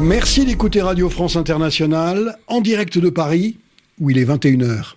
Merci d'écouter Radio France Internationale, en direct de Paris, où il est 21h.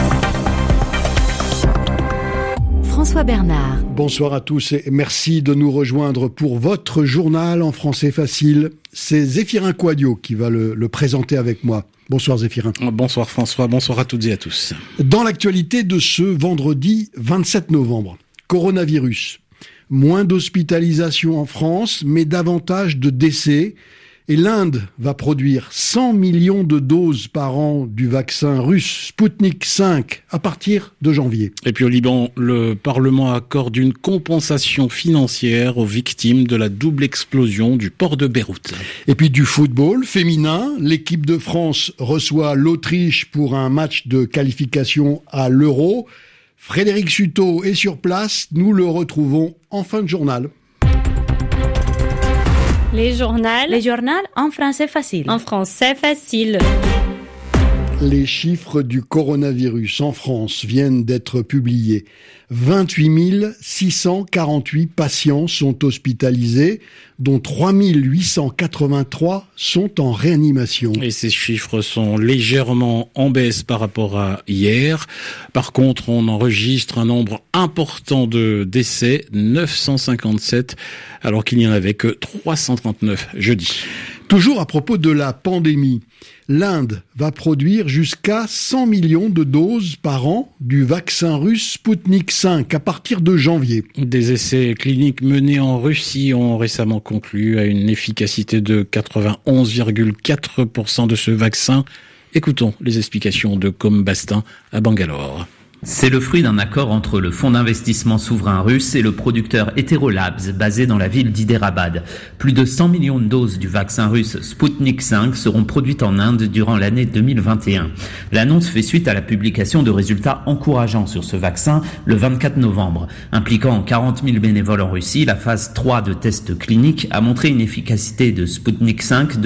François Bernard. Bonsoir à tous et merci de nous rejoindre pour votre journal en français facile. C'est Zéphirin Quadio qui va le présenter avec moi. Bonsoir Zéphirin. Bonsoir François, bonsoir à toutes et à tous. Dans l'actualité de ce vendredi 27 novembre, coronavirus. Moins d'hospitalisation en France, mais davantage de décès. Et l'Inde va produire 100 millions de doses par an du vaccin russe Sputnik 5 à partir de janvier. Et puis au Liban, le Parlement accorde une compensation financière aux victimes de la double explosion du port de Beyrouth. Et puis du football féminin, l'équipe de France reçoit l'Autriche pour un match de qualification à l'Euro. Frédéric Sutot est sur place, nous le retrouvons en fin de journal. Les journaux En français facile. En français facile. Les chiffres du coronavirus en France viennent d'être publiés. 28 648 patients sont hospitalisés, dont 3 883 sont en réanimation. Et ces chiffres sont légèrement en baisse par rapport à hier. Par contre, on enregistre un nombre important de décès, 957, alors qu'il n'y en avait que 339 jeudi. Toujours à propos de la pandémie, l'Inde va produire jusqu'à 100 millions de doses par an du vaccin russe Sputnik 5 à partir de janvier. Des essais cliniques menés en Russie ont récemment conclu à une efficacité de 91,4% de ce vaccin. Écoutons les explications de Combastin à Bangalore. C'est le fruit d'un accord entre le fonds d'investissement souverain russe et le producteur Heterolabs, basé dans la ville d'Hyderabad. Plus de 100 millions de doses du vaccin russe Sputnik 5 seront produites en Inde durant l'année 2021. L'annonce fait suite à la publication de résultats encourageants sur ce vaccin le 24 novembre. Impliquant 40 000 bénévoles en Russie, la phase 3 de tests cliniques a montré une efficacité de Sputnik 5 de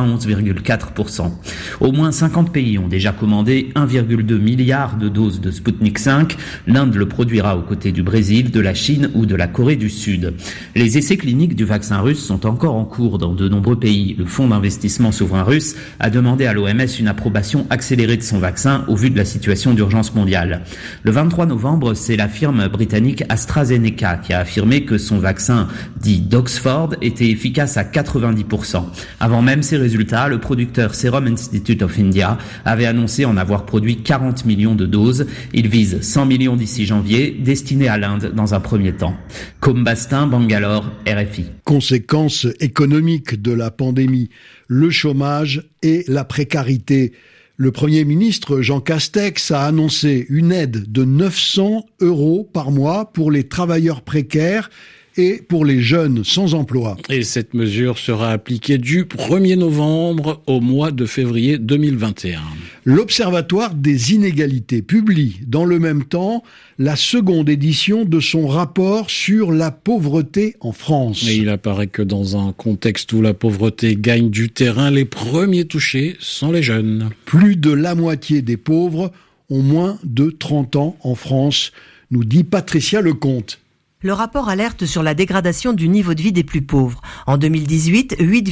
91,4%. Au moins 50 pays ont déjà commandé 1,2 milliard de doses de Sputnik 5, l'Inde le produira aux côtés du Brésil, de la Chine ou de la Corée du Sud. Les essais cliniques du vaccin russe sont encore en cours dans de nombreux pays. Le fonds d'investissement souverain russe a demandé à l'OMS une approbation accélérée de son vaccin au vu de la situation d'urgence mondiale. Le 23 novembre, c'est la firme britannique AstraZeneca qui a affirmé que son vaccin, dit d'Oxford, était efficace à 90%. Avant même ces résultats, le producteur Serum Institute of India avait annoncé en avoir produit 40 millions de doses. Il vise 100 millions d'ici janvier, destinés à l'Inde dans un premier temps. Combastin, Bangalore, RFI. Conséquences économiques de la pandémie, le chômage et la précarité. Le Premier ministre Jean Castex a annoncé une aide de 900 € par mois pour les travailleurs précaires et pour les jeunes sans emploi. Et cette mesure sera appliquée du 1er novembre au mois de février 2021. L'Observatoire des inégalités publie dans le même temps la seconde édition de son rapport sur la pauvreté en France. Et il apparaît que dans un contexte où la pauvreté gagne du terrain, les premiers touchés sont les jeunes. Plus de la moitié des pauvres ont moins de 30 ans en France, nous dit Patricia Lecomte. Le rapport alerte sur la dégradation du niveau de vie des plus pauvres. En 2018,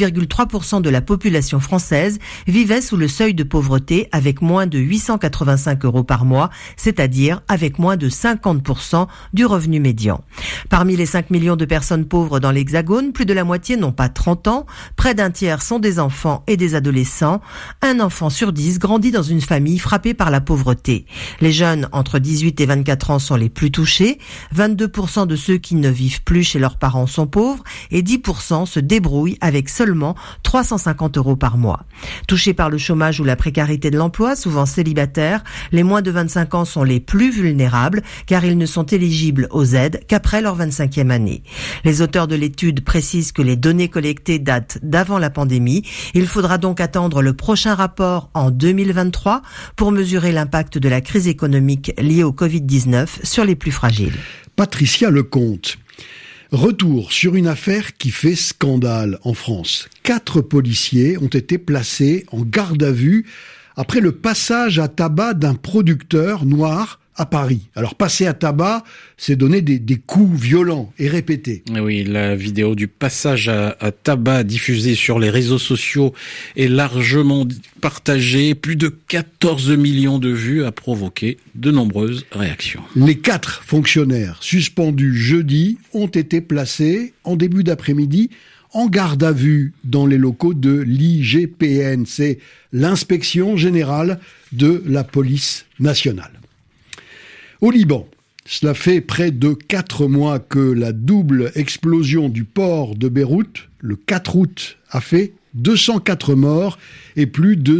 8,3% de la population française vivait sous le seuil de pauvreté avec moins de 885 € par mois, c'est-à-dire avec moins de 50% du revenu médian. Parmi les 5 millions de personnes pauvres dans l'Hexagone, plus de la moitié n'ont pas 30 ans, près d'un tiers sont des enfants et des adolescents. Un enfant sur 10 grandit dans une famille frappée par la pauvreté. Les jeunes entre 18 et 24 ans sont les plus touchés, 22% de ceux qui ne vivent plus chez leurs parents sont pauvres et 10% se débrouillent avec seulement 350 € par mois. Touchés par le chômage ou la précarité de l'emploi, souvent célibataires, les moins de 25 ans sont les plus vulnérables car ils ne sont éligibles aux aides qu'après leur 25e année. Les auteurs de l'étude précisent que les données collectées datent d'avant la pandémie. Il faudra donc attendre le prochain rapport en 2023 pour mesurer l'impact de la crise économique liée au Covid-19 sur les plus fragiles. Patricia Lecomte. Retour sur une affaire qui fait scandale en France. 4 policiers ont été placés en garde à vue après le passage à tabac d'un producteur noir à Paris. Alors passer à tabac, c'est donner des coups violents et répétés. Oui, la vidéo du passage à tabac diffusée sur les réseaux sociaux est largement partagée. Plus de 14 millions de vues a provoqué de nombreuses réactions. Les 4 fonctionnaires suspendus jeudi ont été placés en début d'après-midi en garde à vue dans les locaux de l'IGPN. C'est l'inspection générale de la police nationale. Au Liban, cela fait près de 4 mois que la double explosion du port de Beyrouth, le 4 août, a fait 204 morts et plus de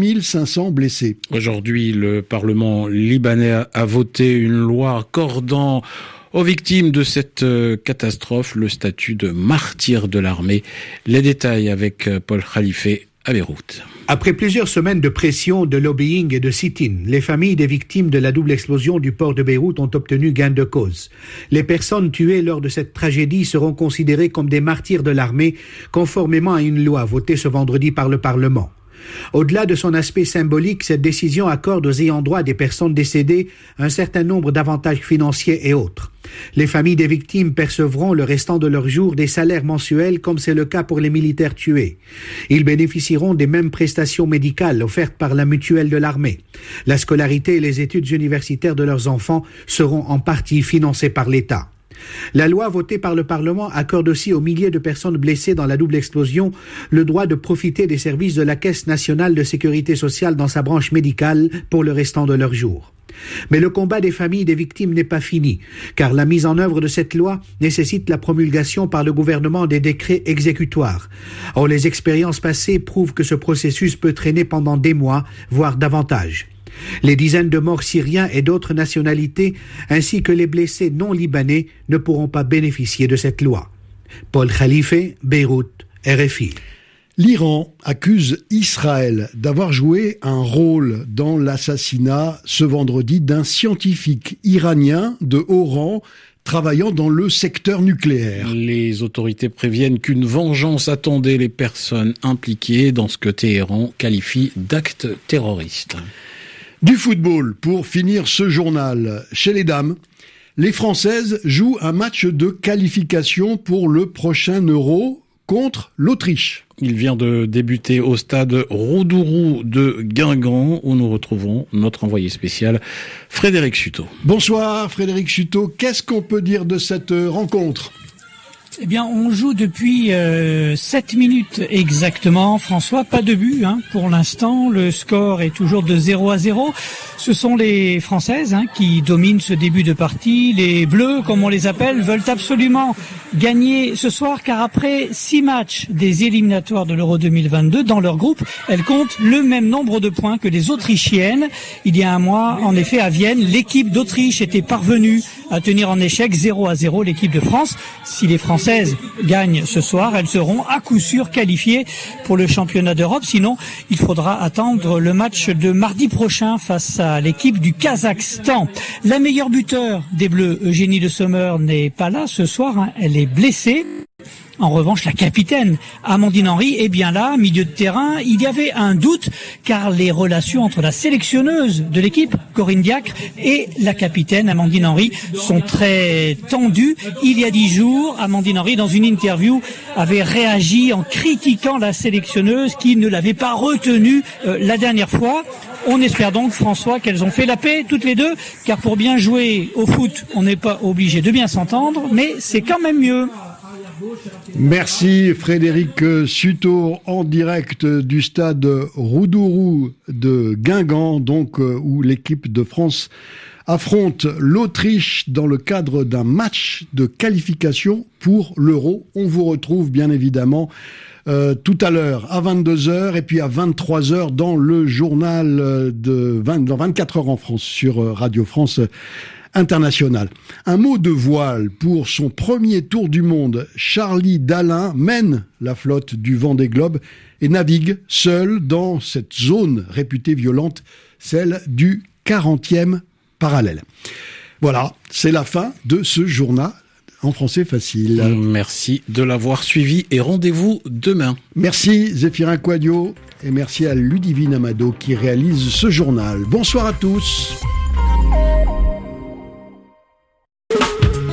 6500 blessés. Aujourd'hui, le Parlement libanais a voté une loi accordant aux victimes de cette catastrophe le statut de martyr de l'armée. Les détails avec Paul Khalife à Beyrouth. Après plusieurs semaines de pression, de lobbying et de sit-in, les familles des victimes de la double explosion du port de Beyrouth ont obtenu gain de cause. Les personnes tuées lors de cette tragédie seront considérées comme des martyrs de l'armée, conformément à une loi votée ce vendredi par le Parlement. Au-delà de son aspect symbolique, cette décision accorde aux ayants droit des personnes décédées un certain nombre d'avantages financiers et autres. Les familles des victimes percevront le restant de leurs jours des salaires mensuels comme c'est le cas pour les militaires tués. Ils bénéficieront des mêmes prestations médicales offertes par la mutuelle de l'armée. La scolarité et les études universitaires de leurs enfants seront en partie financées par l'État. La loi votée par le Parlement accorde aussi aux milliers de personnes blessées dans la double explosion le droit de profiter des services de la Caisse nationale de sécurité sociale dans sa branche médicale pour le restant de leurs jours. Mais le combat des familles des victimes n'est pas fini, car la mise en œuvre de cette loi nécessite la promulgation par le gouvernement des décrets exécutoires. Or, les expériences passées prouvent que ce processus peut traîner pendant des mois, voire davantage. Les dizaines de morts syriens et d'autres nationalités, ainsi que les blessés non libanais, ne pourront pas bénéficier de cette loi. Paul Khalife, Beyrouth, RFI. L'Iran accuse Israël d'avoir joué un rôle dans l'assassinat ce vendredi d'un scientifique iranien de haut rang travaillant dans le secteur nucléaire. Les autorités préviennent qu'une vengeance attendait les personnes impliquées dans ce que Téhéran qualifie d'acte terroriste. Du football, pour finir ce journal. Chez les dames, les Françaises jouent un match de qualification pour le prochain Euro contre l'Autriche. Il vient de débuter au stade Roudourou de Guingamp, où nous retrouvons notre envoyé spécial, Frédéric Chuteau. Bonsoir Frédéric Chuteau, qu'est-ce qu'on peut dire de cette rencontre ? Eh bien, on joue depuis 7 minutes exactement, François. Pas de but pour l'instant. Le score est toujours de 0-0. Ce sont les Françaises qui dominent ce début de partie. Les Bleus, comme on les appelle, veulent absolument gagner ce soir, car après 6 matchs des éliminatoires de l'Euro 2022, dans leur groupe, elles comptent le même nombre de points que les Autrichiennes. Il y a un mois, en effet, à Vienne, l'équipe d'Autriche était parvenue à tenir en échec 0-0 l'équipe de France. Si les Françaises gagnent ce soir, elles seront à coup sûr qualifiées pour le championnat d'Europe. Sinon, il faudra attendre le match de mardi prochain face à l'équipe du Kazakhstan. La meilleure buteur des Bleus, Eugénie de Sommer, n'est pas là ce soir. Elle est blessée. En revanche, la capitaine, Amandine Henry, est bien là, milieu de terrain. Il y avait un doute, car les relations entre la sélectionneuse de l'équipe, Corinne Diacre, et la capitaine, Amandine Henry, sont très tendues. Il y a 10 jours, Amandine Henry, dans une interview, avait réagi en critiquant la sélectionneuse qui ne l'avait pas retenue la dernière fois. On espère donc, François, qu'elles ont fait la paix, toutes les deux, car pour bien jouer au foot, on n'est pas obligé de bien s'entendre, mais c'est quand même mieux. Merci Frédéric Chuteau, en direct du stade Roudourou de Guingamp, donc où l'équipe de France affronte l'Autriche dans le cadre d'un match de qualification pour l'Euro. On vous retrouve bien évidemment tout à l'heure à 22h et puis à 23h dans le journal dans 24 heures en France sur Radio France International. Un mot de voile pour son premier tour du monde. Charlie Dalin mène la flotte du Vendée Globe et navigue seul dans cette zone réputée violente, celle du 40e parallèle. Voilà, c'est la fin de ce journal en français facile. Merci de l'avoir suivi et rendez-vous demain. Merci Zéphirin Quadio et merci à Ludivine Amado qui réalise ce journal. Bonsoir à tous.